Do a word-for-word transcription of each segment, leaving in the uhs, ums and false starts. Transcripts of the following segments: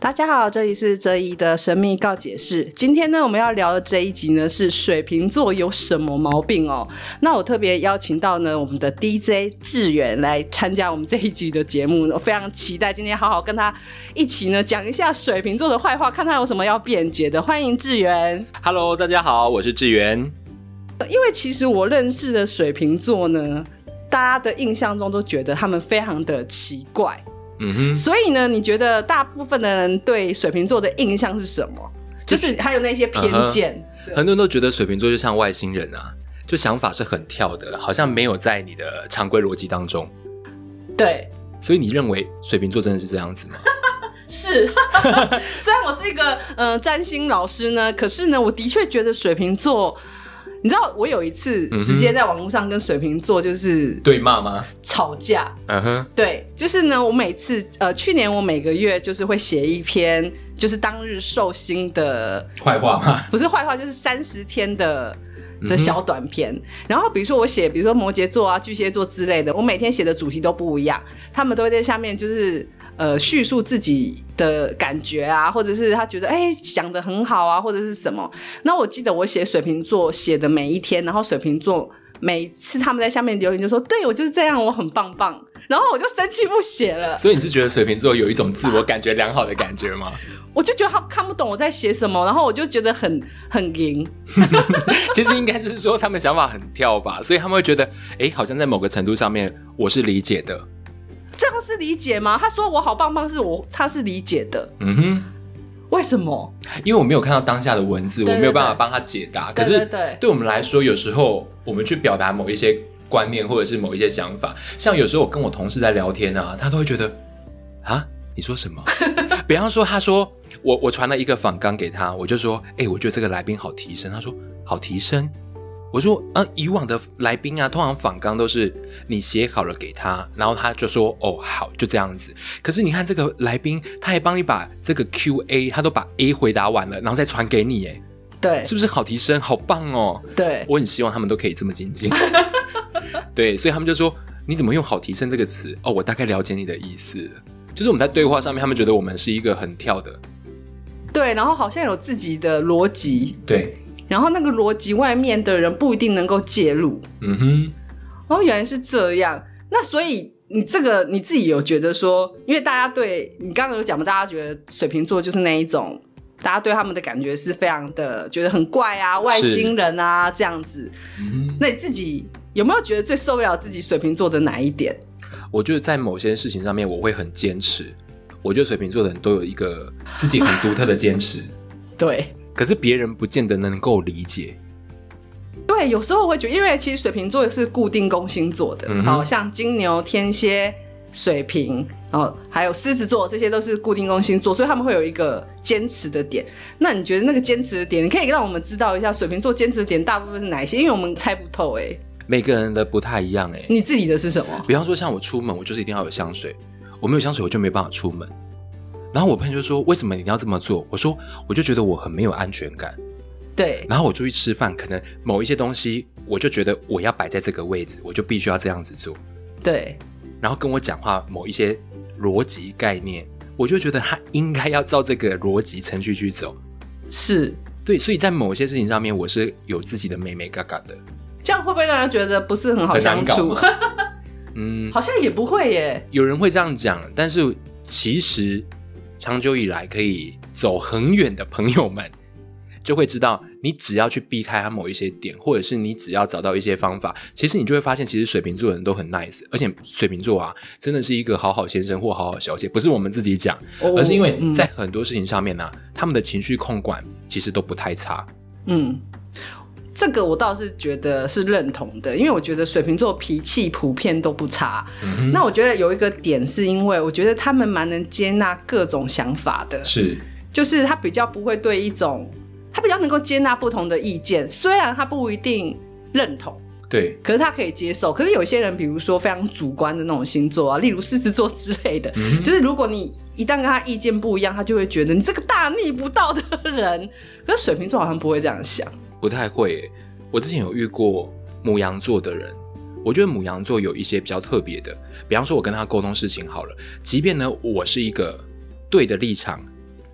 大家好，这里是哲怡的神秘告解室。今天呢，我们要聊的这一集呢是水瓶座有什么毛病哦。那我特别邀请到呢我们的 D J 志远来参加我们这一集的节目，我非常期待今天好好跟他一起呢讲一下水瓶座的坏话，看他有什么要辩解的。欢迎志远。 Hello， 大家好，我是志远。 因为其实我认识的水瓶座呢，大家的印象中都觉得他们非常的奇怪。嗯哼，所以呢，你觉得大部分的人对水瓶座的印象是什么？就是还有那些偏见。 嗯、很多人都觉得水瓶座就像外星人啊，就想法是很跳的，好像没有在你的常规逻辑当中。 对， 所以你认为水瓶座真的是这样子吗？ 是，虽然我是一个呃占星老师呢，可是呢，我的确觉得水瓶座。你知道我有一次直接在网络上跟水瓶座就是对骂吗？ 吵架。 嗯哼， 对，就是呢，我每次呃，去年我每个月就是会写一篇就是当日寿星的坏话吗？ 不是坏话，就是三十天的的小短篇。嗯、然后比如说我写，比如说摩羯座啊、巨蟹座之类的，我每天写的主题都不一样，他们都会在下面就是。呃，叙述自己的感觉啊，或者是他觉得哎想得很好啊，或者是什么。那我记得我写水瓶座写的每一天，然后水瓶座每次他们在下面留言就说对我就是这样，我很棒棒，然后我就生气不写了。 所以你是觉得水瓶座有一种自我感觉良好的感觉吗？ 我就觉得他看不懂我在写什么，然后我就觉得很很赢。 其实应该是说他们想法很跳吧，所以他们会觉得哎，好像在某个程度上面我是理解的。 这样是理解吗？他说我好棒棒是我他是理解的。嗯哼，为什么？ 因为我没有看到当下的文字，对对对，我没有办法帮他解答。可是对我们来说，有时候我们去表达某一些观念或者是某一些想法，像有时候我跟我同事在聊天啊，他都会觉得啊你说什么？比方说他说我我传了一个访纲给他，我就说哎、欸，我觉得这个来宾好提升。他说好提升。我说啊，以往的来宾啊，通常访纲都是你写好了给他，然后他就说哦好，就这样子。可是你看这个来宾，他还帮你把这个 Q A 他都把 A 回答完了，然后再传给你，耶。 对， 是不是好提升，好棒哦？ 对， 我很希望他们都可以这么精进。对，所以他们就说你怎么用好提升这个词？哦，我大概了解你的意思了。就是我们在对话上面，他们觉得我们是一个很跳的， 对，然后好像有自己的逻辑， 对。 然后那个逻辑外面的人不一定能够介入。嗯哼，哦，原来是这样。那所以你这个你自己有觉得说，因为大家对你刚刚有讲嘛，大家觉得水瓶座就是那一种，大家对他们的感觉是非常的觉得很怪啊，外星人啊这样子。嗯，那你自己有没有觉得最受不了自己水瓶座的哪一点？ 我觉得在某些事情上面我会很坚持。我觉得水瓶座的人都有一个自己很独特的坚持。 对。 可是别人不见得能够理解。 对，有时候我会觉得，因为其实水瓶座是固定宫星座的，嗯、哦，像金牛、天蝎、水瓶，哦，还有狮子座，这些都是固定宫星座，所以他们会有一个坚持的点。那你觉得那个坚持的点，你可以让我们知道一下水瓶座坚持的点大部分是哪一些？因为我们猜不透哎、欸。 每个人的不太一样哎、欸。 你自己的是什么？ 比方说像我出门，我就是一定要有香水，我没有香水我就没办法出门。然后我朋友就说为什么你一定要这么做？我说我就觉得我很没有安全感。 对。 然后我出去吃饭，可能某一些东西我就觉得我要摆在这个位置，我就必须要这样子做。 对。 然后跟我讲话某一些逻辑概念，我就觉得他应该要照这个逻辑程序去走。 是。 对，所以在某些事情上面我是有自己的美美嘎嘎的。 这样会不会让人觉得不是很好相处？嗯，好像也不会耶。 有人会这样讲，但是其实长久以来可以走很远的朋友们就会知道，你只要去避开他某一些点，或者是你只要找到一些方法，其实你就会发现其实水瓶座的人都很 nice。 而且水瓶座啊真的是一个好好先生或好好小姐，不是我们自己讲、哦、而是因为在很多事情上面啊、嗯、他们的情绪控管其实都不太差。嗯， 这个我倒是觉得是认同的，因为我觉得水瓶座脾气普遍都不差、嗯、那我觉得有一个点是因为我觉得他们蛮能接纳各种想法的， 是， 就是他比较不会对一种，他比较能够接纳不同的意见，虽然他不一定认同， 对， 可是他可以接受。可是有些人比如说非常主观的那种星座啊，例如狮子座之类的、嗯、就是如果你一旦跟他意见不一样，他就会觉得你这个大逆不道的人。可是水瓶座好像不会这样想， 不太会耶。我之前有遇过牡羊座的人，我觉得牡羊座有一些比较特别的，比方说我跟他沟通事情好了，即便呢我是一个对的立场，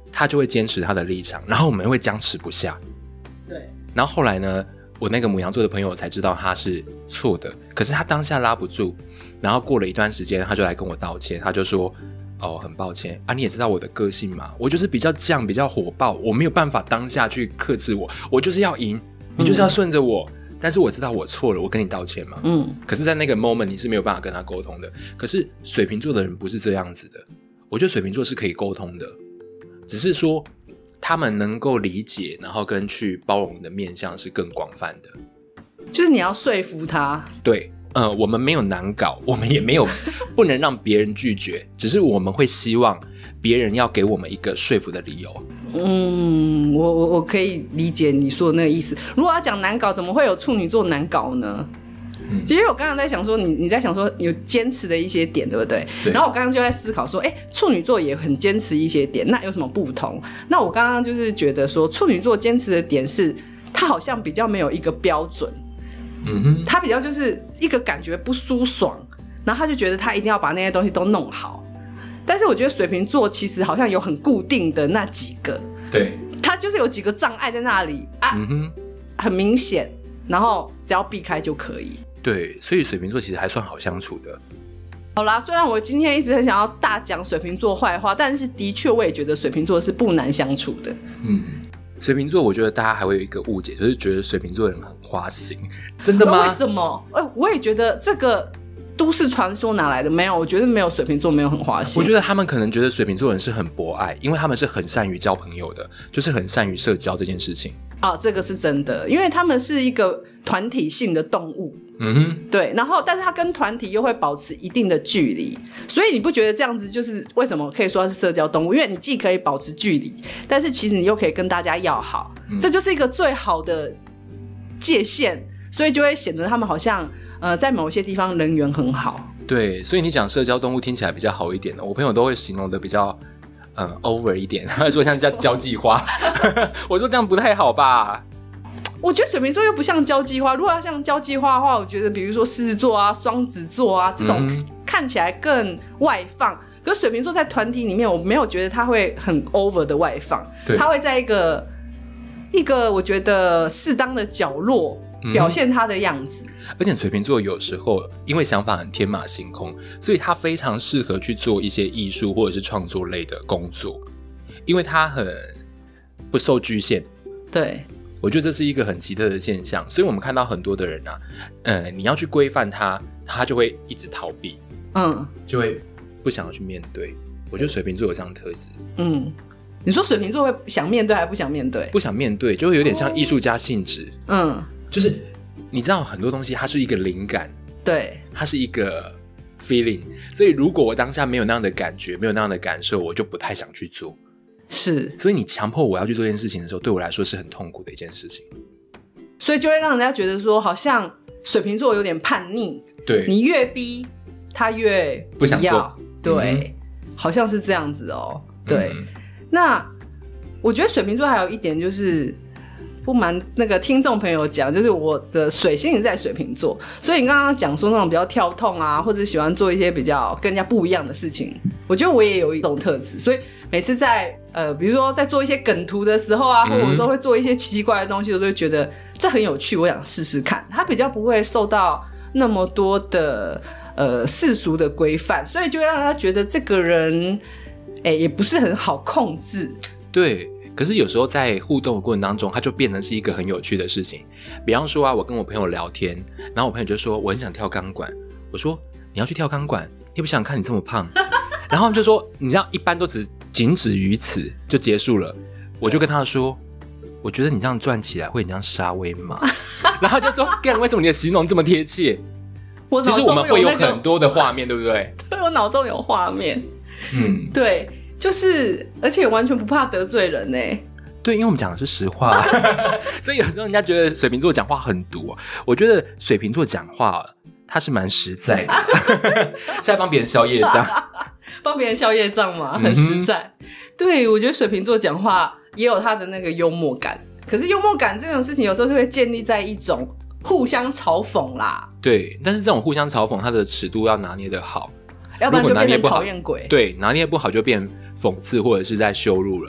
他就会坚持他的立场，然后我们会僵持不下。 对。 然后后来呢，我那个牡羊座的朋友才知道他是错的，可是他当下拉不住，然后过了一段时间，他就来跟我道歉，他就说：“哦，很抱歉啊，你也知道我的个性嘛，我就是比较犟，比较火爆，我没有办法当下去克制我，我就是要赢，你就是要顺着我。嗯”但是我知道我错了，我跟你道歉嘛。嗯。可是在那个 moment 你是没有办法跟他沟通的。可是水瓶座的人不是这样子的，我觉得水瓶座是可以沟通的，只是说他们能够理解，然后跟去包容的面向是更广泛的。 就是你要说服他。 对，呃，我们没有难搞，我们也没有不能让别人拒绝，只是我们会希望别人要给我们一个说服的理由。 嗯，我我我可以理解你说的那个意思。如果要讲难搞，怎么会有处女座难搞呢？嗯、其实我刚刚在想说，你你在想说有坚持的一些点，对不对？对。然后我刚刚就在思考说，哎，处女座也很坚持一些点，那有什么不同？那我刚刚就是觉得说，处女座坚持的点是，他好像比较没有一个标准。嗯哼。他比较就是一个感觉不舒爽，然后他就觉得他一定要把那些东西都弄好。但是我觉得水瓶座其实好像有很固定的那几个， 对， 他就是有几个障碍在那里啊，嗯哼，很明显，然后只要避开就可以。 对，所以水瓶座其实还算好相处的。 好啦，虽然我今天一直很想要大讲水瓶座坏话，但是的确我也觉得水瓶座是不难相处的。嗯， 水瓶座我觉得大家还会有一个误解，就是觉得水瓶座人很花心。真的吗？ 为什么？呃，我也觉得这个都市传说哪来的？没有，我觉得没有，水瓶座没有很花心。 我觉得他们可能觉得水瓶座人是很博爱，因为他们是很善于交朋友的，就是很善于社交这件事情。 啊，这个是真的，因为他们是一个团体性的动物。嗯哼，对，然后但是他跟团体又会保持一定的距离，所以你不觉得这样子就是为什么可以说他是社交动物？因为你既可以保持距离，但是其实你又可以跟大家要好，嗯、这就是一个最好的界限，所以就会显得他们好像呃在某些地方人缘很好。 对，所以你讲社交动物听起来比较好一点的，我朋友都会形容的比较嗯 over 一点，他会说像叫交际花，我说这样不太好吧。 我觉得水瓶座又不像交际花，如果要像交际花的话，我觉得比如说狮子座啊、双子座啊这种看起来更外放，嗯、可是水瓶座在团体里面，我没有觉得他会很 over 的外放，他会在一个一个我觉得适当的角落表现他的样子。嗯、 而且水瓶座有时候因为想法很天马行空，所以他非常适合去做一些艺术或者是创作类的工作，因为他很不受局限。 对。 我觉得这是一个很奇特的现象，所以我们看到很多的人啊，呃，你要去规范他，他就会一直逃避，嗯，就会不想要去面对。我觉得水瓶座有这样的特质。 嗯，你说水瓶座会想面对还不想面对？ 不想面对，就会有点像艺术家性质。嗯，就是你知道很多东西它是一个灵感， 对， 它是一个 feeling， 所以如果我当下没有那样的感觉，没有那样的感受，我就不太想去做。 是， 所以你强迫我要去做这件事情的时候，对我来说是很痛苦的一件事情， 所以就会让人家觉得说好像水瓶座有点叛逆， 对， 你越逼他越不要， 不想做， 对、嗯、好像是这样子哦。对、嗯、那我觉得水瓶座还有一点就是不瞒那个听众朋友讲，就是我的水星也在水瓶座，所以你刚刚讲说那种比较跳痛啊，或者喜欢做一些比较跟人家不一样的事情，我觉得我也有一种特质，所以每次在呃，比如说在做一些梗图的时候啊，或者有时候会做一些奇奇怪怪的东西，我都会觉得这很有趣，我想试试看。它比较不会受到那么多的呃世俗的规范，所以就会让他觉得这个人，哎，也不是很好控制。 对，可是有时候在互动的过程当中，它就变成是一个很有趣的事情。比方说啊，我跟我朋友聊天，然后我朋友就说我很想跳钢管，我说你要去跳钢管，你不想看你这么胖？然后他们就说，你知道，一般都只仅止于此就结束了。我就跟他说，我觉得你这样转起来会很像沙威玛。然后他就说，干，为什么你的形容这么贴切？ 我其实我们会有很多的画面，对不对？ 对，我脑中有画面。嗯，对，就是而且完全不怕得罪人欸。 对，因为我们讲的是实话，所以有时候人家觉得水瓶座讲话很毒。我觉得水瓶座讲话他是蛮实在的，是在帮别人消业障， 帮别人消业障嘛，很实在。嗯、对，我觉得水瓶座讲话也有他的那个幽默感，可是幽默感这种事情有时候就会建立在一种互相嘲讽啦。 对，但是这种互相嘲讽，它的尺度要拿捏得好， 要不然就变成讨厌鬼。 对，拿捏不好就变讽刺或者是在羞辱了。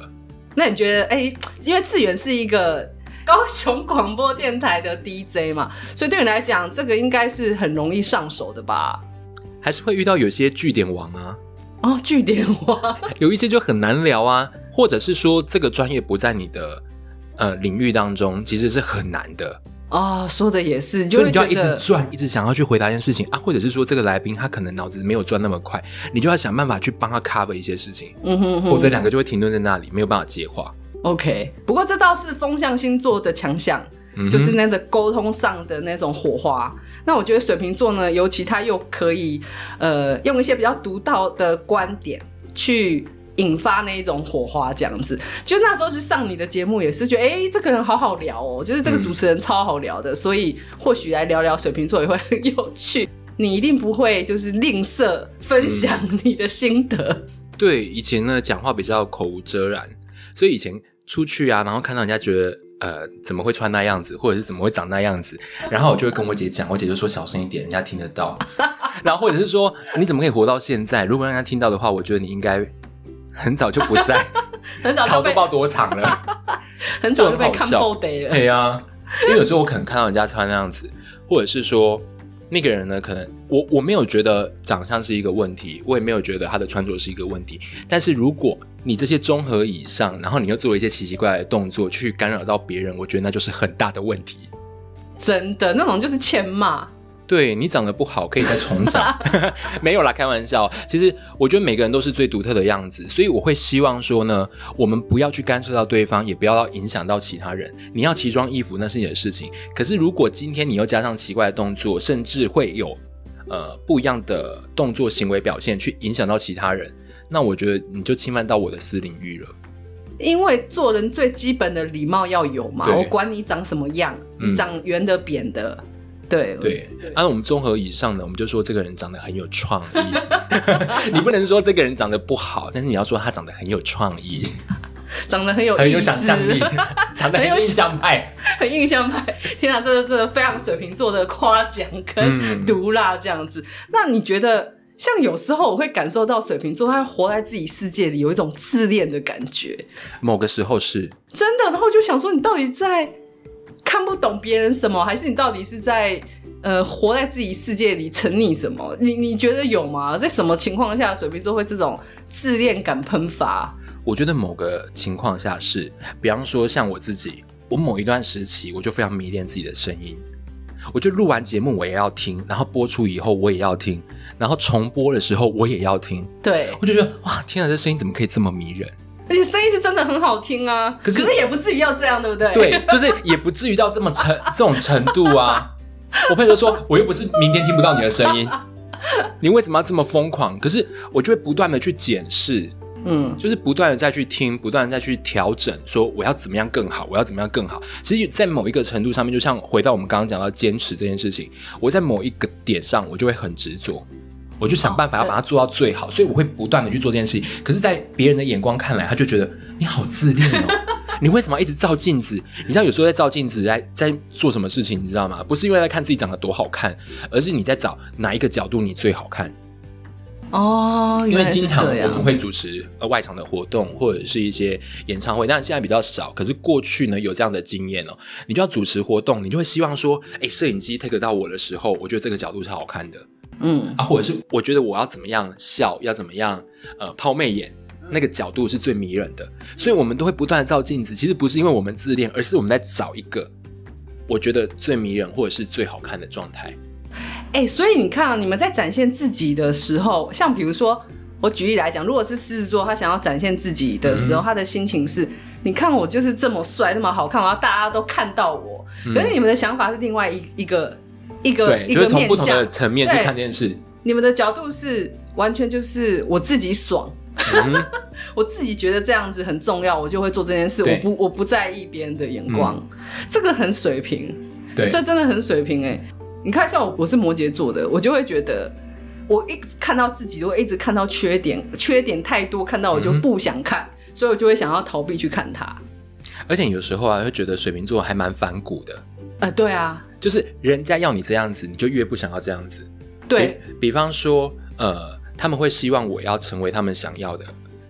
那你觉得，哎、欸，因为志远是一个高雄广播电台的 D J 嘛，所以对你来讲，这个应该是很容易上手的吧？ 还是会遇到有些句点王啊？ 哦，句点王， 有一些就很难聊啊，或者是说这个专业不在你的呃领域当中，其实是很难的。 哦，说的也是， 所以你就要一直转，一直想要去回答一件事情啊，或者是说这个来宾他可能脑子没有转那么快，你就要想办法去帮他 cover 一些事情，嗯哼哼，或者两个就会停顿在那里，没有办法接话。 OK， 不过这倒是风象星座的强项，嗯、就是那种沟通上的那种火花。那我觉得水瓶座呢，尤其他又可以呃用一些比较独到的观点去引发那一种火花，这样子。就那时候是上你的节目，也是觉得哎、欸，这个人好好聊哦，就是这个主持人超好聊的，嗯、所以或许来聊聊水瓶座也会很有趣。你一定不会就是吝啬分享你的心得。嗯、 对，以前呢讲话比较口无遮拦，所以以前出去啊，然后看到人家觉得呃怎么会穿那样子，或者是怎么会长那样子，然后我就会跟我姐讲，我姐就说小声一点，人家听得到。然后或者是说你怎么可以活到现在？如果让人家听到的话，我觉得你应该很早就不在， 很早就草都不知道多长了， 很早就被看破得了。 对啊，因为有时候我可能看到人家穿那样子，或者是说那个人呢，可能我我没有觉得长相是一个问题，我也没有觉得他的穿着是一个问题，但是如果你这些综合以上，然后你又做了一些奇奇怪怪的动作去干扰到别人，我觉得那就是很大的问题。 真的，那种就是欠骂。 对，你长得不好可以再重长。没有啦，开玩笑。其实我觉得每个人都是最独特的样子，所以我会希望说呢，我们不要去干涉到对方，也不要影响到其他人。你要奇装异服那是你的事情，可是如果今天你又加上奇怪的动作，甚至会有呃不一样的动作行为表现去影响到其他人，那我觉得你就侵犯到我的私领域了。 因为做人最基本的礼貌要有嘛，我管你长什么样，你长圆的扁的。嗯对对，按、啊、我们综合以上呢，我们就说这个人长得很有创意。你不能说这个人长得不好，但是你要说他长得很有创意， 长得很有意思， 很有想象力，长得很有印象派， 很印象派。天啊，这个真的非常水瓶座的夸奖跟毒辣这样子。嗯、那你觉得，像有时候我会感受到水瓶座他活在自己世界里，有一种自恋的感觉。 某个时候是真的，然后就想说，你到底在看不懂别人什么，还是你到底是在呃活在自己世界里沉溺什么？你你觉得有吗？在什么情况下水瓶座会这种自恋感喷发？ 我觉得某个情况下是，比方说像我自己，我某一段时期我就非常迷恋自己的声音，我就录完节目我也要听，然后播出以后我也要听，然后重播的时候我也要听。对，我就觉得哇，天啊，这声音怎么可以这么迷人？ 而且声音是真的很好听啊，可是, 可是也不至于要这样，对不对？ 对，就是也不至于到这么程这种程度啊。我朋友说，我又不是明天听不到你的声音，你为什么要这么疯狂？可是我就会不断的去检视，嗯，就是不断的再去听，不断的再去调整，说我要怎么样更好，我要怎么样更好。其实，在某一个程度上面，就像回到我们刚刚讲到坚持这件事情，我在某一个点上，我就会很执着。我就想办法要把它做到最好，所以我会不断的去做这件事情。可是在别人的眼光看来，他就觉得你好自恋哦，你为什么要一直照镜子？你知道有时候在照镜子在在做什么事情，你知道吗？不是因为在看自己长得多好看，而是你在找哪一个角度你最好看。 哦， 因为经常我们会主持呃外场的活动或者是一些演唱会，但现在比较少。可是过去呢有这样的经验哦，你就要主持活动，你就会希望说，哎，摄影机 take 到我的时候，我觉得这个角度是好看的。嗯啊，或者是我觉得我要怎么样笑，要怎么样呃抛媚眼，那个角度是最迷人的，所以我们都会不断的照镜子。其实不是因为我们自恋，而是我们在找一个我觉得最迷人或者是最好看的状态。 哎、欸，所以你看啊，你们在展现自己的时候，像比如说我举例来讲，如果是狮子座，他想要展现自己的时候，嗯、他的心情是，你看我就是这么帅，这么好看，我要大家都看到我。嗯、可是你们的想法是另外一一个。一个对，就是从不同的层面去看这件事。 你们的角度是完全就是我自己爽，嗯、我自己觉得这样子很重要，我就会做这件事，我不我不在意别人的眼光，嗯、这个很水平，对，这真的很水平哎、欸。你看，像我我是摩羯座的，我就会觉得我一直看到自己，我一直看到缺点，缺点太多，看到我就不想看，嗯、所以我就会想要逃避去看它。 而且有时候啊，会觉得水瓶座还蛮反骨的。 呃，对啊。 就是人家要你这样子，你就越不想要这样子。 对， 比, 比方说，呃，他们会希望我要成为他们想要的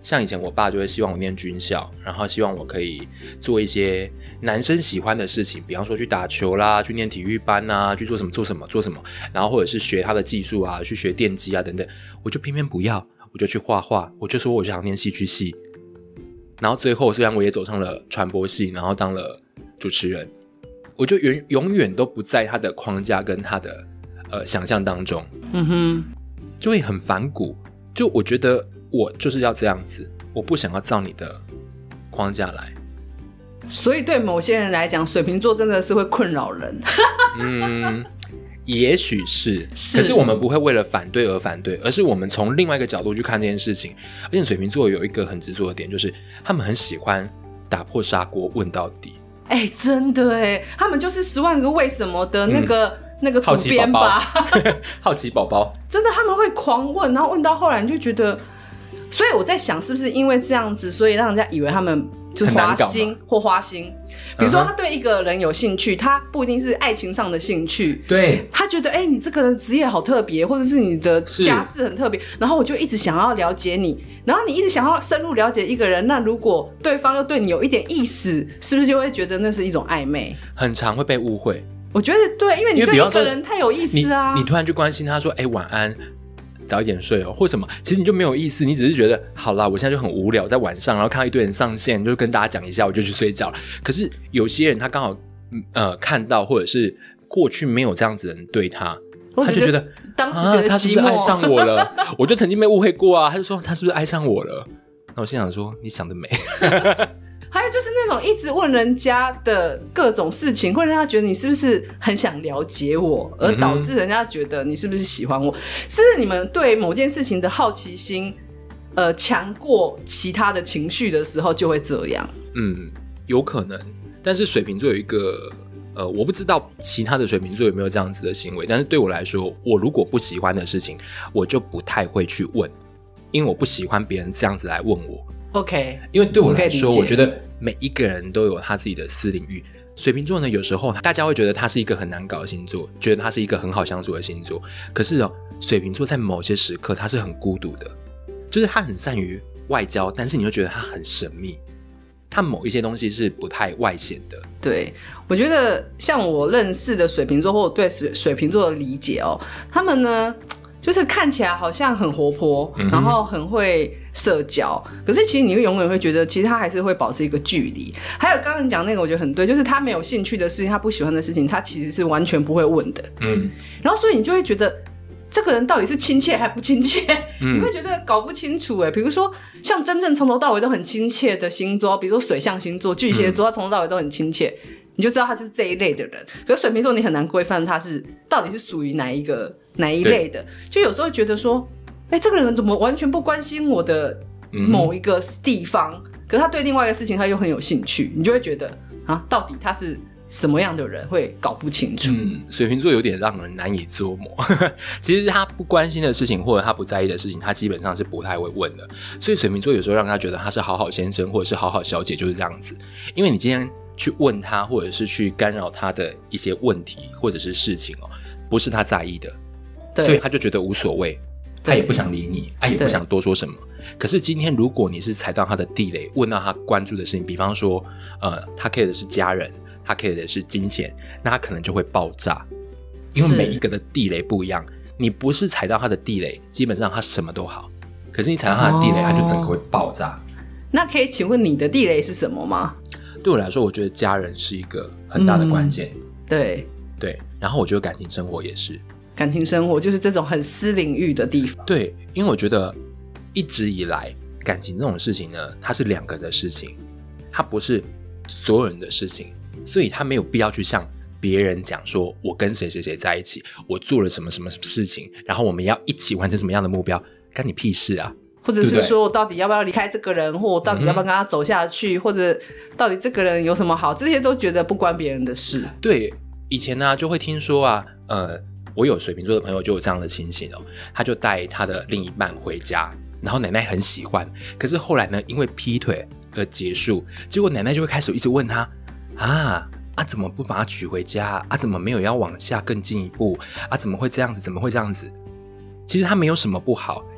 像以前我爸就会希望我念军校，然后希望我可以做一些男生喜欢的事情，比方说去打球啦，去念体育班啊，去做什么做什么做什么，然后或者是学他的技术啊，去学电机啊等等，我就偏偏不要，我就去画画，我就说我想念戏剧系，然后最后虽然我也走上了传播系，然后当了主持人，我就永永远都不在他的框架跟他的呃想象当中，嗯哼，就会很反骨。就我觉得我就是要这样子，我不想要照你的框架来。 所以对某些人来讲，水瓶座真的是会困扰人。 嗯，也许是，是，可是我们不会为了反对而反对，而是我们从另外一个角度去看这件事情。而且水瓶座有一个很执着的点，就是他们很喜欢打破砂锅问到底。 哎、欸，真的哎，他们就是十万个为什么的那个、嗯、那个主编吧， 好奇宝宝， 真的他们会狂问，然后问到后来你就觉得，所以我在想，是不是因为这样子，所以让人家以为他们就是花心或花心。比如说他对一个人有兴趣，他不一定是爱情上的兴趣， 对， 他觉得哎、欸，你这个人职业好特别，或者是你的家世很特别，然后我就一直想要了解你，然后你一直想要深入了解一个人，那如果对方又对你有一点意思，是不是就会觉得那是一种暧昧？ 很常会被误会。 我觉得对，因为你对一个人太有意思啊， 你, 你突然去关心他说哎、欸、晚安，早一点睡哦，或什么，其实你就没有意思，你只是觉得好啦，我现在就很无聊，在晚上然后看到一堆人上线，就跟大家讲一下，我就去睡觉了。可是有些人他刚好呃看到，或者是过去没有这样子的人对他，他就觉得当时觉得寂寞、啊、 他是不是爱上我了？我就曾经被误会过啊，他就说他是不是爱上我了？那我心想说你想得美。 还有就是那种一直问人家的各种事情，会让他觉得你是不是很想了解我，而导致人家觉得你是不是喜欢我？是不是你们对某件事情的好奇心，呃，强过其他的情绪的时候就会这样？ 嗯，有可能。但是水瓶座有一个，呃，我不知道其他的水瓶座有没有这样子的行为，但是对我来说，我如果不喜欢的事情，我就不太会去问，因为我不喜欢别人这样子来问我。 OK， 因为对我来说，我觉得每一个人都有他自己的私领域。水瓶座呢，有时候大家会觉得他是一个很难搞的星座，觉得他是一个很好相处的星座。可是哦，水瓶座在某些时刻他是很孤独的，就是他很善于外交，但是你会觉得他很神秘，他某一些东西是不太外显的。 对，我觉得像我认识的水瓶座，或我对水瓶座的理解哦，他们呢，就是看起来好像很活泼，嗯、然后很会社交，可是其实你会永远会觉得，其实他还是会保持一个距离。还有刚刚你讲那个，我觉得很对，就是他没有兴趣的事情，他不喜欢的事情，他其实是完全不会问的。嗯，然后所以你就会觉得，这个人到底是亲切还不亲切？嗯、你会觉得搞不清楚哎。比如说，像真正从头到尾都很亲切的星座，比如说水象星座、巨蟹座，他从头到尾都很亲切。你就知道他就是这一类的人，可是水瓶座你很难规范他是到底是属于哪一个哪一类的，就有时候觉得说，哎、欸，这个人怎么完全不关心我的某一个地方，嗯、可是他对另外一个事情他又很有兴趣，你就会觉得啊，到底他是什么样的人，会搞不清楚。 嗯，水瓶座有点让人难以捉摸。其实他不关心的事情或者他不在意的事情，他基本上是不太会问的。所以水瓶座有时候让他觉得他是好好先生或者是好好小姐，就是这样子。因为你今天去问他，或者是去干扰他的一些问题或者是事情哦，不是他在意的，所以他就觉得无所谓，他也不想理你，他也不想多说什么。可是今天如果你是踩到他的地雷，问到他关注的事情，比方说，呃，他 care 的是家人，他 care 的是金钱，那他可能就会爆炸，因为每一个的地雷不一样。你不是踩到他的地雷，基本上他什么都好；可是你踩到他的地雷，他就整个会爆炸。 那可以请问你的地雷是什么吗？ 对我来说，我觉得家人是一个很大的关键。 嗯、对对，然后我觉得感情生活也是。 感情生活就是这种很私领域的地方。 对，因为我觉得一直以来感情这种事情呢，它是两个人的事情，它不是所有人的事情，所以他没有必要去向别人讲说我跟谁谁谁在一起，我做了什么什么事情，然后我们要一起完成什么样的目标，干你屁事啊！ 或者是说我到底要不要离开这个人，或我到底要不要跟他走下去，嗯、或者到底这个人有什么好，这些都觉得不关别人的事。 对，以前呢、啊、就会听说啊，呃，我有水瓶座的朋友就有这样的情形哦，他就带他的另一半回家，然后奶奶很喜欢，可是后来呢，因为劈腿而结束，结果奶奶就会开始一直问他啊啊，怎么不把他娶回家啊？怎么没有要往下更进一步啊？怎么会这样子？怎么会这样子？其实他没有什么不好，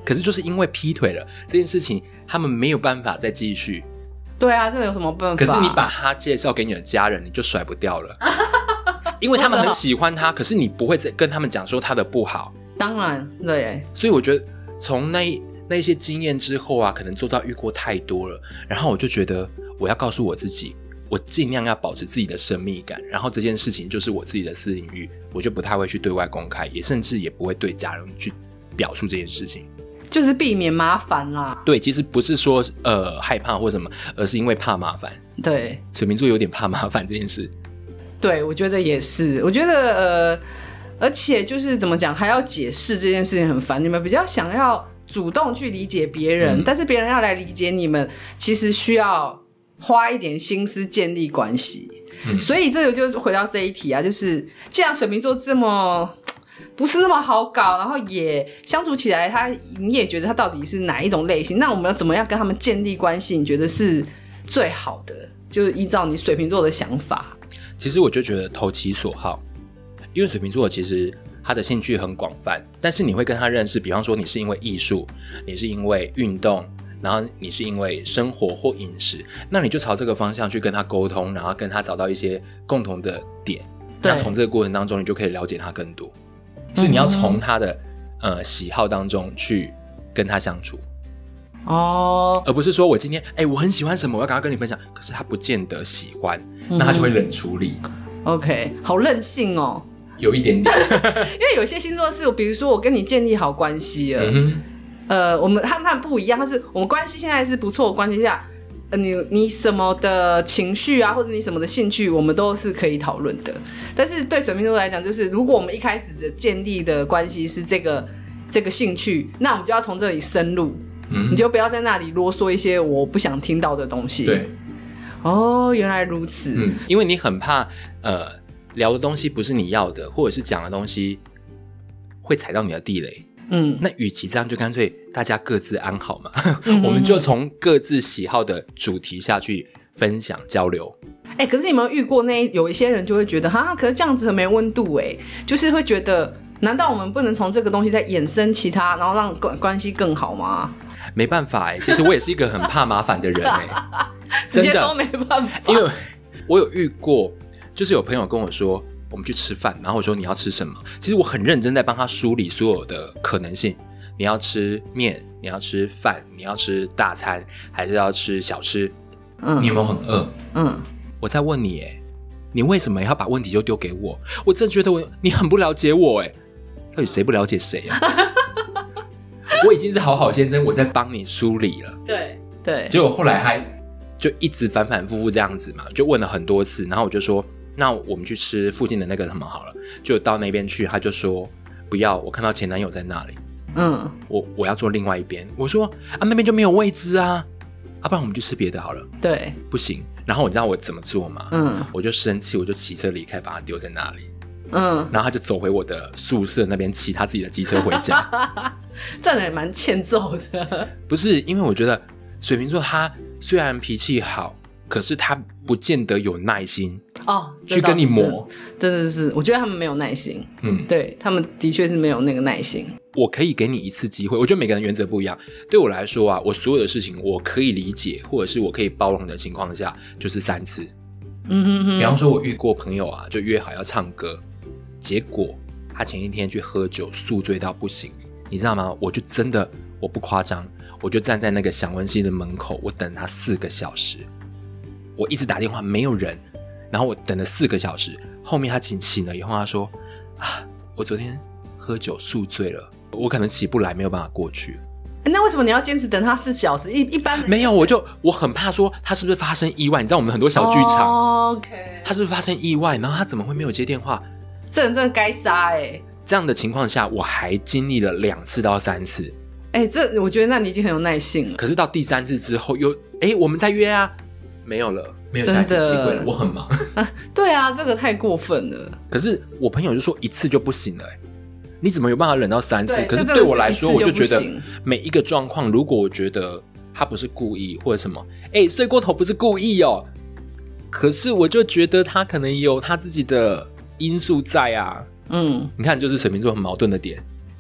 可是就是因为劈腿了这件事情，他们没有办法再继续。 对啊，这有什么办法？ 可是你把他介绍给你的家人，你就甩不掉了。因为他们很喜欢他，可是你不会再跟他们讲说他的不好。 当然，对。 所以我觉得从那那些经验之后啊，可能周遭遇过太多了，然后我就觉得我要告诉我自己，我尽量要保持自己的神秘感，然后这件事情就是我自己的私领域，我就不太会去对外公开，也甚至也不会对家人去表述这件事情， 就是避免麻烦啦。 对，其实不是说呃害怕或什么，而是因为怕麻烦。 对， 水瓶座有点怕麻烦这件事。 对，我觉得也是。我觉得呃，而且就是怎么讲，还要解释这件事情很烦。你们比较想要主动去理解别人，嗯、但是别人要来理解你们，其实需要花一点心思建立关系。嗯、所以这个就回到这一题啊，就是既然水瓶座这么不是那么好搞，然后也相处起来他你也觉得他到底是哪一种类型，那我们要怎么样跟他们建立关系，你觉得是最好的，就是依照你水瓶座的想法。 其实我就觉得投其所好，因为水瓶座其实他的兴趣很广泛，但是你会跟他认识，比方说你是因为艺术，你是因为运动，然后你是因为生活或饮食，那你就朝这个方向去跟他沟通，然后跟他找到一些共同的点，那从这个过程当中你就可以了解他更多。所以你要从他的、呃、喜好当中去跟他相处哦，而不是说我今天哎、欸，我很喜欢什么，我要赶快跟你分享，可是他不见得喜欢，嗯、那他就会冷处理。 OK， 好任性哦， 有一点点。 因为有些星座是，比如说我跟你建立好关系了，嗯、呃，我们他们不一样，他是我们关系现在是不错的关系下，呃、你你什么的情绪啊，或者你什么的兴趣，我们都是可以讨论的。但是对水瓶座来讲，就是如果我们一开始的建立的关系是这个这个兴趣，那我们就要从这里深入。嗯、你就不要在那里啰嗦一些我不想听到的东西。 对， 哦，原来如此。 嗯，因为你很怕，呃，聊的东西不是你要的，或者是讲的东西会踩到你的地雷。嗯，那与其这样，就干脆大家各自安好嘛。嗯、我们就从各自喜好的主题下去分享交流。 哎、欸，可是你有没有遇过那有一些人就会觉得，哈，可是这样子很没温度哎，就是会觉得，难道我们不能从这个东西再衍生其他，然后让关系更好吗？ 没办法哎，其实我也是一个很怕麻烦的人哎， 直接说没办法。 因为我有遇过，就是有朋友跟我说，我们去吃饭，然后我说你要吃什么？其实我很认真在帮他梳理所有的可能性。你要吃面，你要吃饭，你要吃大餐，还是要吃小吃？嗯，你有没有很饿？嗯，我在问你哎，你为什么要把问题就丢给我？我真的觉得我你很不了解我哎，到底谁不了解谁啊？我已经是好好先生，我在帮你梳理了。 对对， 结果后来还就一直反反复复这样子嘛，就问了很多次，然后我就说，那我们去吃附近的那个什么好了，就到那边去，他就说不要，我看到前男友在那里，嗯，我我要坐另外一边，我说啊那边就没有位置啊，啊不然我们去吃别的好了， 对， 不行，然后你知道我怎么做吗？嗯，我就生气，我就骑车离开，把他丢在那里。嗯，然后他就走回我的宿舍那边，骑他自己的机车回家。 这样也蛮欠揍的。 不是，因为我觉得水瓶座他虽然脾气好，可是他不见得有耐心哦，去跟你磨。 真的是，我觉得他们没有耐心。嗯，对他们的确是没有那个耐心。 我可以给你一次机会，我觉得每个人原则不一样。对我来说啊，我所有的事情我可以理解，或者是我可以包容的情况下，就是三次。嗯哼哼。比方说，我遇过朋友啊，就约好要唱歌。结果他前一天去喝酒，宿醉到不行，你知道吗？我就真的，我不夸张，我就站在那个享温溪的门口，我等他四个小时，我一直打电话没有人，然后我等了四个小时，后面他醒醒了以后，他说啊，我昨天喝酒宿醉了，我可能起不来，没有办法过去。 那为什么你要坚持等他四小时？一一般没有，我就我很怕说他是不是发生意外？你知道我们很多小剧场、 oh, OK， 他是不是发生意外？然后他怎么会没有接电话？ 这人真的该杀哎、欸！ 这样的情况下，我还经历了两次到三次。 哎、欸，这我觉得那你已经很有耐性了。 可是到第三次之后，又哎、欸，我们再约啊，没有了，没有下一次机会了。我很忙啊。对啊，这个太过分了。 可是我朋友就说一次就不行了、欸，你怎么有办法忍到三次？可是对我来说，我就觉得每一个状况，如果我觉得他不是故意或者什么，哎、欸，睡过头不是故意哦。可是我就觉得他可能有他自己的因素在啊，嗯，你看，就是水瓶座很矛盾的点。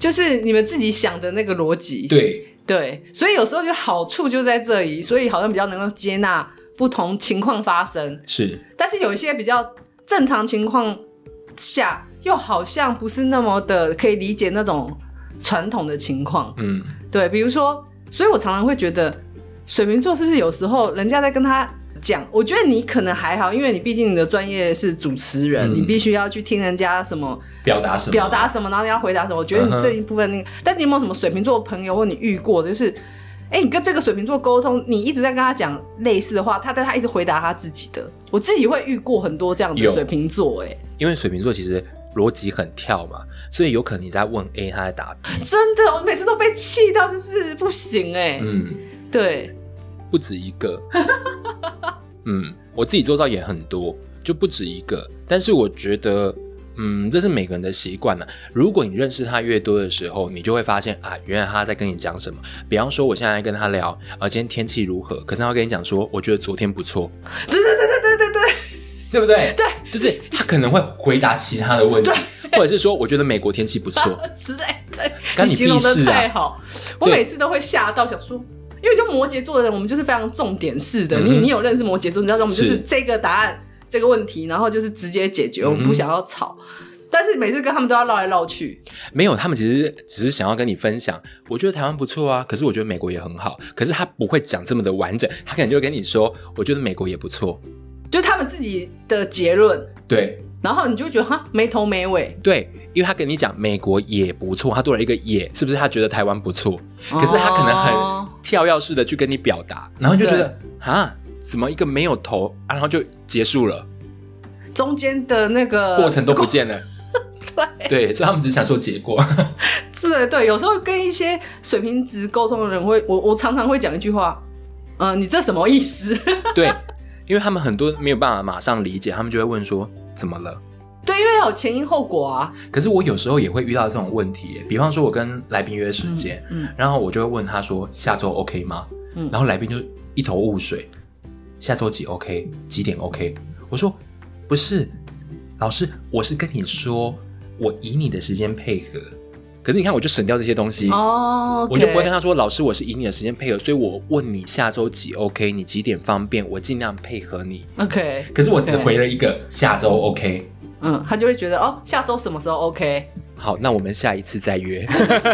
就是你们自己想的那个逻辑。 对对，所以有时候就好处就在这里，所以好像比较能够接纳不同情况发生。 是， 但是有一些比较正常情况下，又好像不是那么的可以理解那种传统的情况。嗯，对，比如说，所以我常常会觉得水瓶座是不是有时候人家在跟他讲，我觉得你可能还好，因为你毕竟你的专业是主持人、嗯、你必须要去听人家什么表达什么表达什么，然后你要回答什么。我觉得你这一部分那个、uh-huh. 但你有没有什么水瓶座的朋友或你遇过的，就是哎，你跟这个水瓶座沟通，你一直在跟他讲类似的话，他但他一直回答他自己的。我自己会遇过很多这样的水瓶座。哎， 因为水瓶座其实逻辑很跳嘛，所以有可能你在问 A， 他在答 B。 真的，我每次都被气到就是不行。哎，嗯，对， 不止一个嗯，我自己做到也很多，就不止一个。但是我觉得嗯，这是每个人的习惯了。如果你认识他越多的时候，你就会发现啊，原来他在跟你讲什么。比方说我现在跟他聊啊，今天天气如何，可是他会跟你讲说我觉得昨天不错。 对对对对对对对， 对不对？ 对， 就是他可能会回答其他的问题，或者是说我觉得美国天气不错之类。对， 干你屁事啊， 你形容得太好，我每次都会吓到想说，因为就摩羯座的人，我们就是非常重点式的。嗯、你你有认识摩羯座，你知道我们就是这个答案这个问题，然后就是直接解决，嗯、我们不想要吵。但是每次跟他们都要绕来绕去。 没有，他们其实只是想要跟你分享，我觉得台湾不错啊，可是我觉得美国也很好。可是他不会讲这么的完整，他可能就会跟你说，我觉得美国也不错， 就是他们自己的结论。 对。 然后你就觉得哈没头没尾。 对，因为他跟你讲美国也不错，他多了一个也，是不是他觉得台湾不错？可是他可能很跳跃式的去跟你表达，然后你就觉得啊，怎么一个没有头啊，然后就结束了， 中间的那个过程都不见了。 对对，所以他们只是想说结果。 对对，有时候跟一些水瓶质沟通的人会，我我常常会讲一句话，嗯、呃，你这什么意思？ 对，因为他们很多没有办法马上理解，他们就会问说怎么了？ 对，因为有前因后果啊。 可是我有时候也会遇到这种问题耶，比方说我跟来宾约时间、嗯嗯，然后我就会问他说下周 OK 吗、嗯、然后来宾就一头雾水，下周几 OK， 几点 OK？ 我说不是老师，我是跟你说我以你的时间配合。可是你看我就省掉这些东西哦、oh, okay. 我就不会跟他说老师我是以你的时间配合，所以我问你下周几 OK， 你几点方便，我尽量配合你 OK。 可是我只回了一个、okay. 下周 OK， 嗯，他就会觉得哦下周什么时候 OK， 好，那我们下一次再约。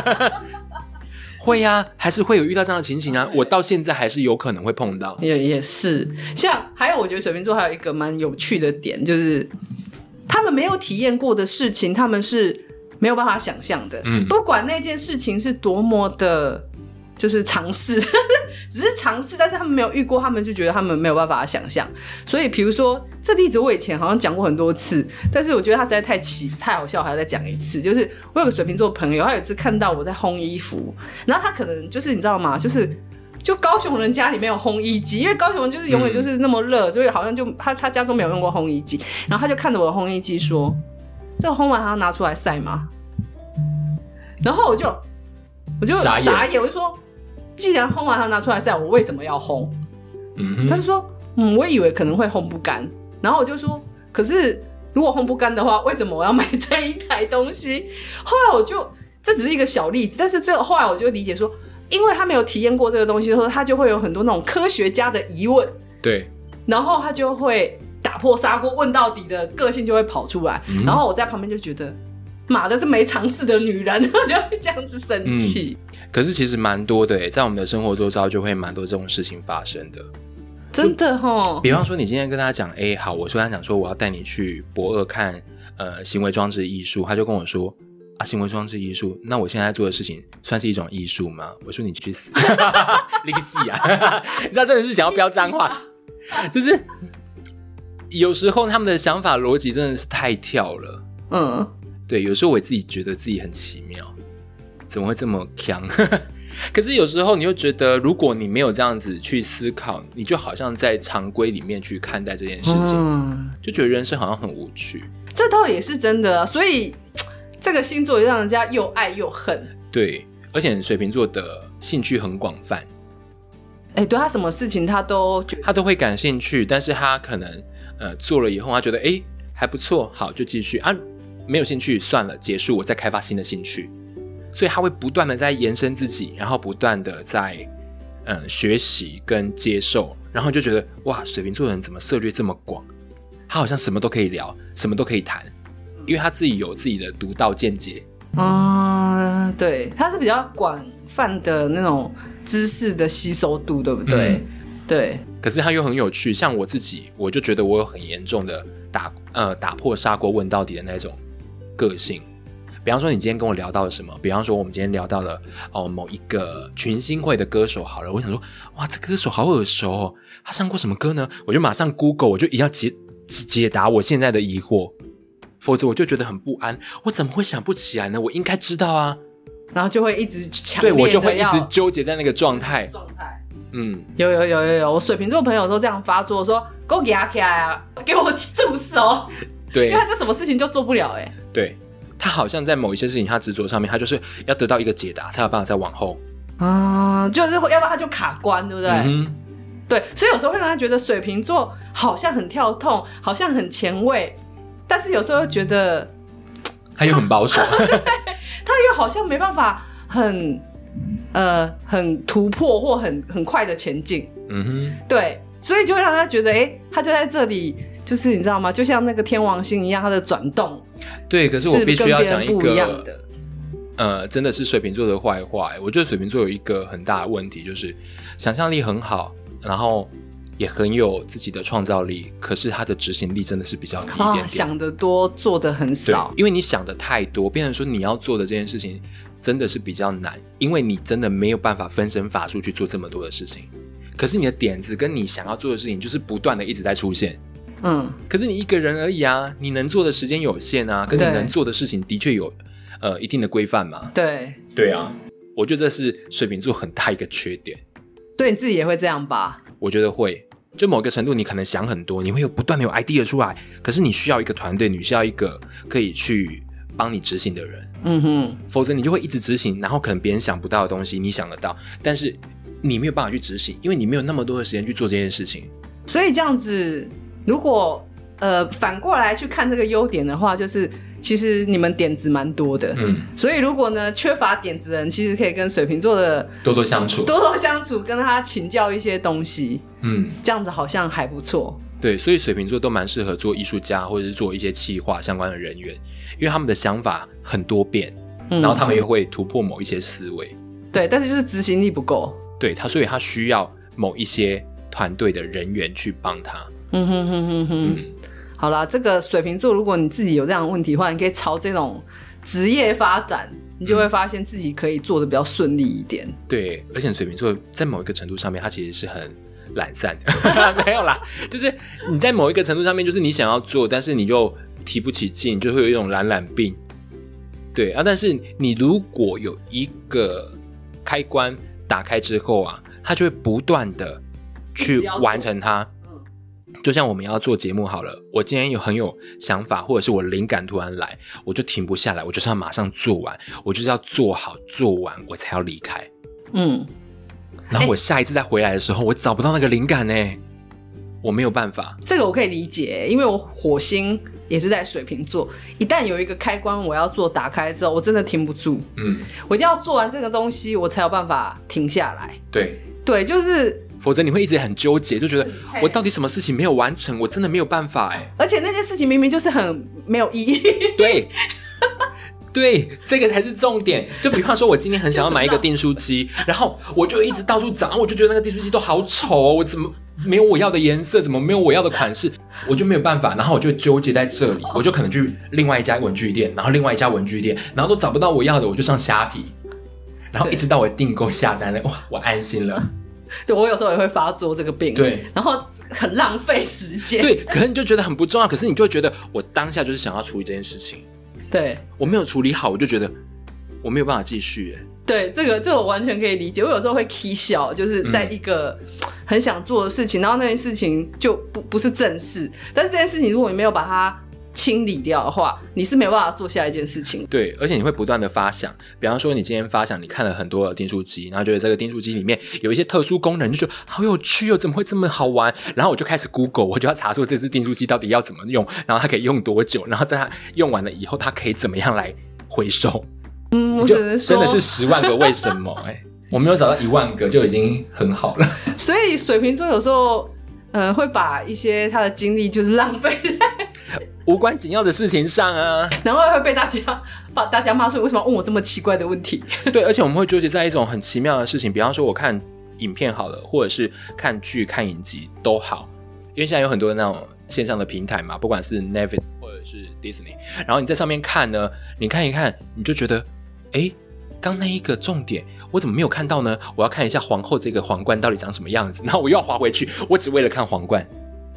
会啊，还是会有遇到这样的情形啊，我到现在还是有可能会碰到。 也也是，像还有我觉得水瓶座还有一个蛮有趣的点，就是他们没有体验过的事情他们是没有办法想象的、嗯、不管那件事情是多么的就是尝试只是尝试，但是他们没有遇过，他们就觉得他们没有办法想象。所以比如说这例子我以前好像讲过很多次，但是我觉得他实在太奇太好笑，还要再讲一次。就是我有个水瓶座的朋友，他有一次看到我在烘衣服，然后他可能就是你知道吗，就是就高雄人家里没有烘衣机，因为高雄人就是永远就是那么热、嗯、所以好像就 他, 他家都没有用过烘衣机，然后他就看着我的烘衣机说这个烘完还要拿出来晒吗？然后我就我就傻眼，我就说既然烘完还要拿出来晒，我为什么要烘？嗯，他就说嗯，我以为可能会烘不干。然后我就说可是如果烘不干的话，为什么我要买这一台东西？后来我就这只是一个小例子，但是这个后来我就理解说，因为他没有体验过这个东西的时候，他就会有很多那种科学家的疑问，对，然后他就会打破砂锅问到底的个性就会跑出来、嗯、然后我在旁边就觉得妈的这没尝试的女人，我就会这样子生气、 嗯、可是其实蛮多的耶，在我们的生活周遭就会蛮多这种事情发生的， 真的齁。 比方说你今天跟他讲哎，好，我说他讲说我要带你去博二看呃行为装置艺术，他就跟我说啊，行为装置艺术，那我现在做的事情算是一种艺术吗？我说你去死。你个戏啊。你知道真的是想要飙脏话，就是有时候他们的想法逻辑真的是太跳了。嗯，对，有时候我自己觉得自己很奇妙，怎么会这么强？可是有时候你又觉得如果你没有这样子去思考，你就好像在常规里面去看待这件事情、嗯、就觉得人生好像很无趣。 这倒也是真的啊，所以这个星座也让人家又爱又恨。 对，而且水瓶座的兴趣很广泛。 哎、欸，对，他什么事情他都他都会感兴趣，但是他可能呃做了以后他觉得哎、欸、还不错，好就继续啊，没有兴趣算了，结束，我再开发新的兴趣。 所以他会不断的在延伸自己，然后不断的在嗯学习跟接受，然后就觉得哇，水瓶座的人怎么涉猎这么广，他好像什么都可以聊，什么都可以谈，因为他自己有自己的独到见解。 嗯，对，他是比较广泛的那种知识的吸收度，对不对？嗯、对。 可是他又很有趣，像我自己，我就觉得我有很严重的打呃打破砂锅问到底的那种个性。比方说你今天跟我聊到了什么，比方说我们今天聊到了哦某一个群星会的歌手好了，我想说哇这歌手好耳熟哦，他唱过什么歌呢？我就马上 Google， 我就一定要解解答我现在的疑惑，否则我就觉得很不安，我怎么会想不起来呢？我应该知道啊， 然后就会一直强烈的， 对，我就会一直纠结在那个状态状态。 嗯，有有有有有，我水瓶座朋友都这样发作，说给我压起来啊，给我住手，对，因为他就什么事情就做不了哎、欸， 对。他好像在某一些事情他执着上面，他就是要得到一个解答才有办法再往后啊、嗯，就是要不然他就卡关，对不对、嗯、对，所以有时候会让他觉得水瓶座好像很跳痛，好像很前卫，但是有时候又觉得他又很保守对，他又好像没办法很呃很突破或很很快的前进，嗯哼，对，所以就会让他觉得哎、欸，他就在这里，就是你知道吗，就像那个天王星一样，它的转动， 对，可是我必须要讲一个呃，真的是水瓶座的坏话。我觉得水瓶座有一个很大的问题，就是想象力很好，然后也很有自己的创造力，可是他的执行力真的是比较低一点点、哦、 想得多做得很少， 因为你想得太多，变成说你要做的这件事情真的是比较难，因为你真的没有办法分身乏术去做这么多的事情，可是你的点子跟你想要做的事情就是不断的一直在出现。嗯，可是你一个人而已啊，你能做的时间有限啊，跟你能做的事情的确有呃一定的规范嘛。 对对啊，我觉得这是水瓶座很大一个缺点。 所以你自己也会这样吧？ 我觉得会，就某个程度你可能想很多，你会有不断的有 idea 出来，可是你需要一个团队，你需要一个可以去帮你执行的人。嗯哼，否则你就会一直执行，然后可能别人想不到的东西你想得到，但是你没有办法去执行，因为你没有那么多的时间去做这件事情。 所以这样子如果呃反过来去看这个优点的话，就是其实你们点子蛮多的，嗯，所以如果呢缺乏点子的人，其实可以跟水瓶座的多多相处， 多多相处，跟他请教一些东西，嗯，这样子好像还不错。 对，所以水瓶座都蛮适合做艺术家或者是做一些企划相关的人员，因为他们的想法很多变，嗯，然后他们也会突破某一些思维。 对，但是就是执行力不够。 对，他所以他需要某一些团队的人员去帮他。 嗯哼哼哼哼，嗯，好啦，这个水瓶座如果你自己有这样的问题的话，你可以朝这种职业发展，你就会发现自己可以做得比较顺利一点。 对，而且水瓶座在某一个程度上面，他其实是很懒散的没有啦，就是你在某一个程度上面，就是你想要做，但是你就提不起劲，就会有一种懒懒病。对啊，但是你如果有一个开关打开之后啊，他就会不断的去完成它。就像我们要做节目好了，我今天有很有想法，或者是我灵感突然来，我就停不下来，我就是要马上做完，我就是要做好做完我才要离开。嗯，然后我下一次再回来的时候，欸，我找不到那个灵感呢，我没有办法。 这个我可以理解，因为我火星也是在水瓶座，一旦有一个开关我要做打开之后，我真的停不住。嗯，我一定要做完这个东西，我才有办法停下来。 对对，就是否则你会一直很纠结，就觉得我到底什么事情没有完成，我真的没有办法哎。 而且那件事情明明就是很没有意义。 对对，这个才是重点。就比方说我今天很想要买一个订书机，然后我就一直到处找，我就觉得那个订书机都好丑哦，我怎么没有我要的颜色，怎么没有我要的款式，我就没有办法，然后我就纠结在这里，我就可能去另外一家文具店，然后另外一家文具店，然后都找不到我要的，我就上虾皮，然后一直到我订购下单了，哇，我安心了。 对，我有时候也会发作这个病， 对， 然后很浪费时间。 对，可是你就觉得很不重要，可是你就会觉得我当下就是想要处理这件事情， 对， 我没有处理好，我就觉得我没有办法继续。 对，这个这个我完全可以理解。我有时候会起笑，就是在一个很想做的事情，嗯，然后那件事情就不不是正事，但是这件事情如果你没有把它清理掉的话，你是没有办法做下一件事情。 对，而且你会不断的发想，比方说你今天发想你看了很多的订书机，然后觉得这个订书机里面有一些特殊功能，就觉得好有趣哦，怎么会这么好玩，然后我就开始 Google， 我就要查出这支订书机到底要怎么用，然后它可以用多久，然后在它用完了以后它可以怎么样来回收。 嗯，我只能说真的是十万个为什么哎、欸，我没有找到一万个就已经很好了。 所以水瓶座有时候嗯会把一些他的精力就是浪费在无关紧要的事情上啊， 然后会被大家把大家骂说为什么问我这么奇怪的问题。 对，而且我们会纠结在一种很奇妙的事情，比方说我看影片好了，或者是看剧看影集都好，因为现在有很多那种线上的平台嘛，不管是 Netflix 或者是 Disney， 然后你在上面看呢，你看一看你就觉得诶刚那一个重点我怎么没有看到呢？我要看一下皇后这个皇冠到底长什么样子，然后我又要滑回去，我只为了看皇冠。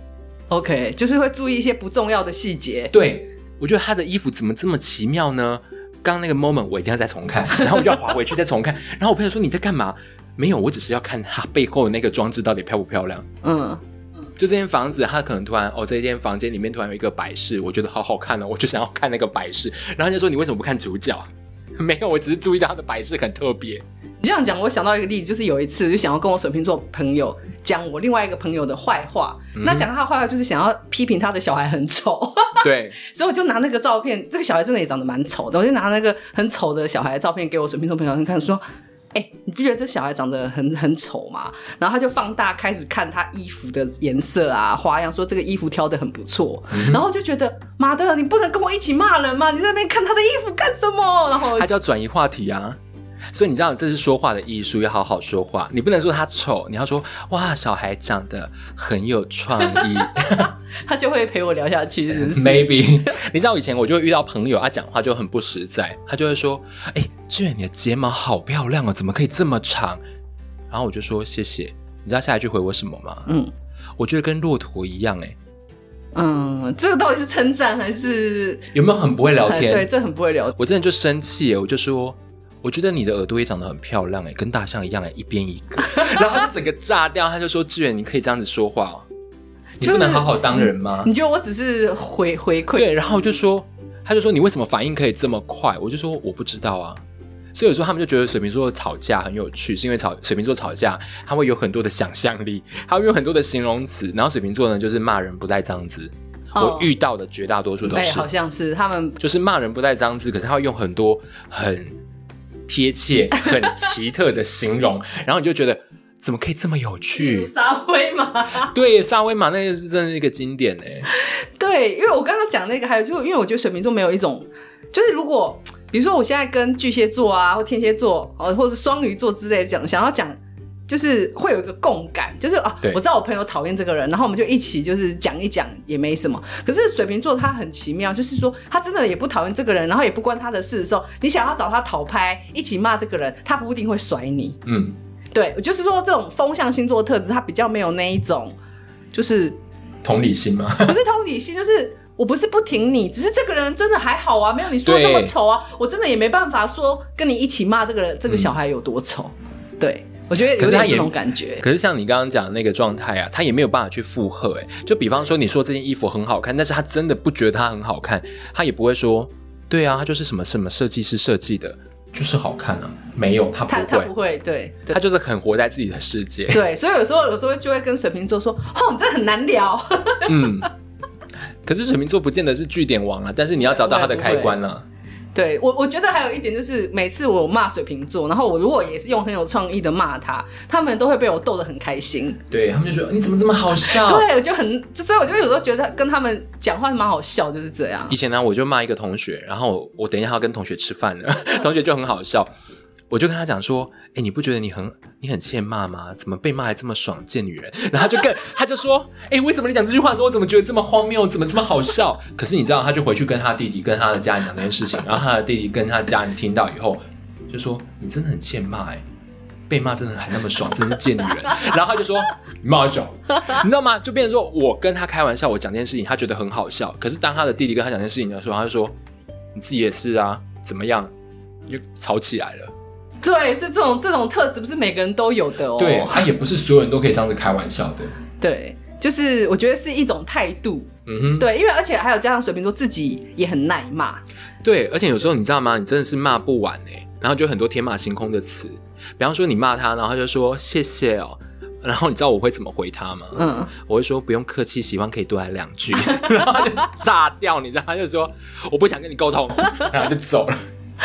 OK， 就是会注意一些不重要的细节。 对，我觉得她的衣服怎么这么奇妙呢？刚那个 moment 我一定要再重看，然后我就要滑回去再重看。然后我朋友说你在干嘛？没有，我只是要看她背后的那个装置到底漂不漂亮。嗯，就这间房子它可能突然哦，这间房间里面突然有一个摆饰，我觉得好好看哦，我就想要看那个摆饰。然后人家说你为什么不看主角？没有，我只是注意到它的摆饰很特别。 你这样讲我想到一个例子，就是有一次就想要跟我水瓶座朋友讲我另外一个朋友的坏话、嗯、那讲他的坏话就是想要批评他的小孩很丑。 对， 所以我就拿那个照片，这个小孩真的也长得蛮丑的，我就拿那个很丑的小孩的照片给我水瓶座朋友看，说哎、欸，你不觉得这小孩长得很很丑吗？然后他就放大开始看他衣服的颜色啊花样，说这个衣服挑得很不错、嗯、然后我就觉得妈的你不能跟我一起骂人吗？你在那边看他的衣服干什么？然后他就要转移话题啊。所以你知道这是说话的艺术，要好好说话，你不能说他丑，你要说哇小孩长得很有创意。 他就会陪我聊下去是不是 maybe 你知道以前我就遇到朋友他讲话就很不实在，他就会说哎、欸，志远你的睫毛好漂亮哦，怎么可以这么长？然后我就说谢谢。你知道下一句回我什么吗？嗯，我觉得跟骆驼一样。哎， 嗯，这个到底是称赞还是有没有很不会聊天？ 对，这很不会聊天。 我真的就生气耶，我就说我觉得你的耳朵也长得很漂亮，跟大象一样，一边一个。然后他就整个炸掉，他就说志远你可以这样子说话哦，你不能好好当人吗？ 你觉得我只是回回馈？ 对，然后就说他就说你为什么反应可以这么快？我就说我不知道啊。所以有时候他们就觉得水瓶座吵架很有趣，是因为吵水瓶座吵架他会有很多的想象力，他会有很多的形容词，然后水瓶座呢就是骂人不带脏字。我遇到的绝大多数都是、 欸、好像是他们就是骂人不带脏字，可是他会用很多很贴切很奇特的形容，然后你就觉得怎么可以这么有趣？ 沙威玛， 对，沙威玛那个是真的是一个经典耶。 对，因为我刚刚讲那个还有就因为我觉得水瓶座没有一种就是如果比如说我现在跟巨蟹座啊或天蝎座或者双鱼座之类的讲想要讲就是会有一个共感，就是啊，我知道我朋友讨厌这个人，然后我们就一起就是讲一讲也没什么。可是水瓶座他很奇妙，就是说他真的也不讨厌这个人，然后也不关他的事的时候，你想要找他讨拍一起骂这个人，他不一定会甩你。嗯，对，就是说这种风象星座的特质他比较没有那一种就是同理心吗？ 不是同理心，就是我不是不挺你，只是这个人真的还好啊，没有你说这么丑啊，我真的也没办法说跟你一起骂这个人这个小孩有多丑、嗯、对，我觉得有点这种感觉。 可是像你刚刚讲的那个状态啊，他也没有办法去附和。哎，就比方说你说这件衣服很好看，但是他真的不觉得它很好看，他也不会说对啊，他就是什么什么设计师设计的就是好看啊，没有，他不会， 他不会，对， 他就是很活在自己的世界。 对，所以有时候有时候就会跟水瓶座说哦你真的很难聊。 嗯，可是水瓶座不见得是句点王啊，但是你要找到他的开关啊。 对，我我觉得还有一点就是每次我骂水瓶座，然后我如果也是用很有创意的骂他，他们都会被我逗得很开心。 对，他们就说你怎么这么好笑。 对，我就很就所以我就有时候觉得跟他们讲话蛮好笑，就是这样。 以前呢我就骂一个同学，然后 我, 我等一下要跟同学吃饭了，同学就很好笑，我就跟他讲说哎、欸，你不觉得你很你很欠骂吗？怎么被骂还这么爽，贱女人。然后他就更他就说哎、欸，为什么你讲这句话的时候我怎么觉得这么荒谬，怎么这么好笑。可是你知道他就回去跟他弟弟跟他的家人讲这件事情，然后他的弟弟跟他家人听到以后就说你真的很欠骂哎、欸，被骂真的还那么爽，真是贱女人。然后他就说你骂小，你知道吗？就变成说我跟他开玩笑，我讲这件事情他觉得很好笑，可是当他的弟弟跟他讲这件事情的时候，他就说你自己也是啊，怎么样，就吵起来了。 对，所以这种这种特质不是每个人都有的哦。 对，他也不是所有人都可以这样子开玩笑的。 对，就是我觉得是一种态度。嗯哼，对，因为而且还有加上水瓶座自己也很耐骂。 对，而且有时候你知道吗？你真的是骂不完哎，然后就很多天马行空的词。比方说你骂他，然后他就说谢谢哦，然后你知道我会怎么回他吗？嗯，我会说不用客气，喜欢可以多来两句，然后他就炸掉，你知道，他就说我不想跟你沟通，然后就走了。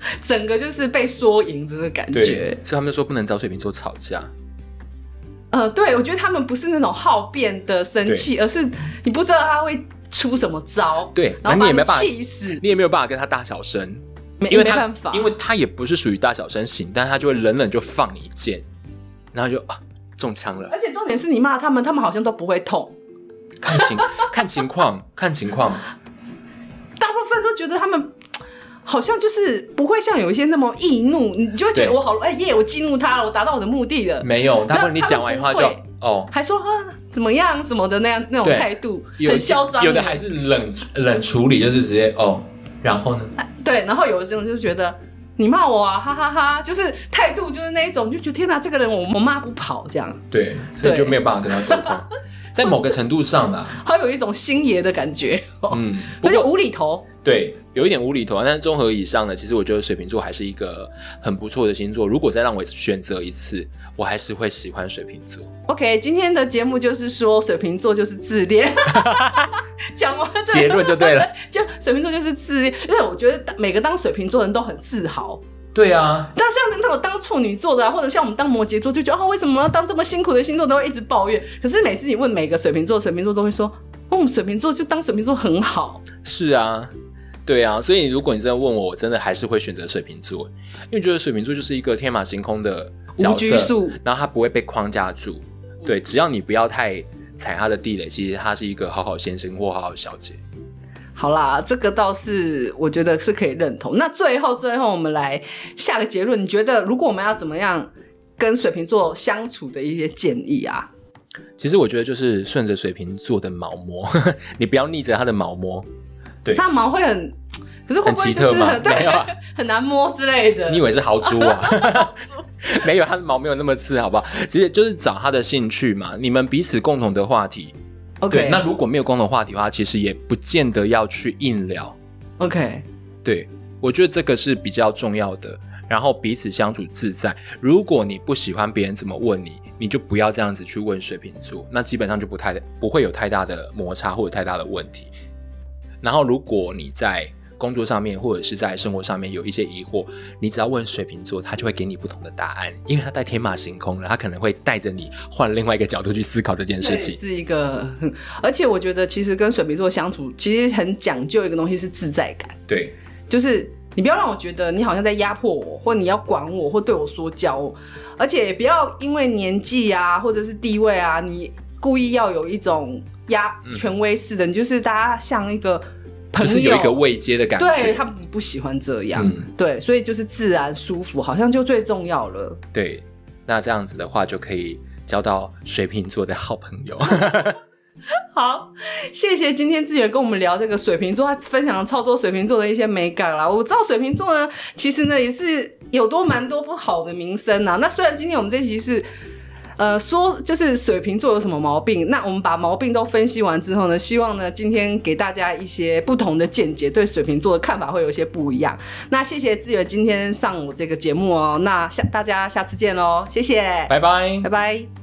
整个就是被缩影子的感觉。 所以他们说不能找水瓶座吵架。 呃，对，我觉得他们不是那种好辩的生气，而是你不知道他会出什么招， 对， 然后把你气死， 你也没有办法跟他大小声， 没因为他没办法， 因为他也不是属于大小声型，但他就会冷冷就放你一剑，然后就啊中枪了。 而且重点是你骂他们，他们好像都不会痛， 看情看情况，看情况， 大部分都觉得他们。好像就是不会像有一些那么易怒，你就会觉得我好哎耶，我激怒他了，我达到我的目的了。 没有，他们你讲完话就哦， 还说啊怎么样什么的那样那种态度，很嚣张。 有的还是冷冷处理，就是直接哦，然后呢？ 对，然后有的这种就觉得你骂我啊，哈哈哈哈，就是态度就是那一种，就觉得天哪，这个人我我骂不跑这样。 对，所以就没有办法跟他沟通。在某个程度上啦， 好有一种星爷的感觉，嗯， 不过无厘头。 对，有一点无厘头，但是综合以上呢，其实我觉得水瓶座还是一个很不错的星座。如果再让我选择一次，我还是会喜欢水瓶座。 OK， 今天的节目就是说水瓶座就是自恋，讲完结论就对了， 就水瓶座就是自恋，因为我觉得每个当水瓶座的人都很自豪。 对啊， 但像那种当处女座的、啊，或者像我们当摩羯座，就觉得哦，为什么要当这么辛苦的星座，都会一直抱怨。可是每次你问每个水瓶座，水瓶座都会说，哦，水瓶座就当水瓶座很好。 是啊，对啊，所以如果你真的问我，我真的还是会选择水瓶座，因为觉得水瓶座就是一个天马行空的角色， 无拘束， 然后他不会被框架住。对，只要你不要太踩他的地雷，其实他是一个好好先生或好好小姐。 好啦，这个倒是我觉得是可以认同。那最后最后我们来下个结论，你觉得如果我们要怎么样跟水瓶座相处的一些建议啊？ 其实我觉得就是顺着水瓶座的毛摸，你不要逆着他的毛摸。对， 他毛会很，可是会不会就是 很, 很对没有、啊、很难摸之类的？ 你以为是豪猪啊？没有，他的毛没有那么刺，好不好？其实就是找他的兴趣嘛，你们彼此共同的话题。 OK， 那如果没有共同话题的话，其实也不见得要去硬聊。 OK， 对，我觉得这个是比较重要的。然后彼此相处自在。如果你不喜欢别人怎么问你，你就不要这样子去问水瓶座，那基本上就不太不会有太大的摩擦或者太大的问题。然后如果你在工作上面或者是在生活上面有一些疑惑，你只要问水瓶座，他就会给你不同的答案，因为他带天马行空了，他可能会带着你换另外一个角度去思考这件事情。 是一个很，而且我觉得其实跟水瓶座相处其实很讲究一个东西是自在感。 对， 就是你不要让我觉得你好像在压迫我，或你要管我，或对我说教，而且也不要因为年纪啊或者是地位啊，你故意要有一种压权威式的、嗯、你就是大家像一个朋友， 就是有一个位阶的感觉。 对，他不喜欢这样、嗯、对，所以就是自然舒服好像就最重要了。 对，那这样子的话就可以交到水瓶座的好朋友。 好，谢谢今天志远跟我们聊这个水瓶座，他分享了超多水瓶座的一些美感啦。我知道水瓶座呢其实呢也是有多蛮多不好的名声啊。那虽然今天我们这集是呃，说就是水瓶座有什么毛病，那我们把毛病都分析完之后呢，希望呢今天给大家一些不同的见解，对水瓶座的看法会有一些不一样。那谢谢志远今天上我这个节目哦，那下大家下次见咯，谢谢， 拜拜， 拜拜。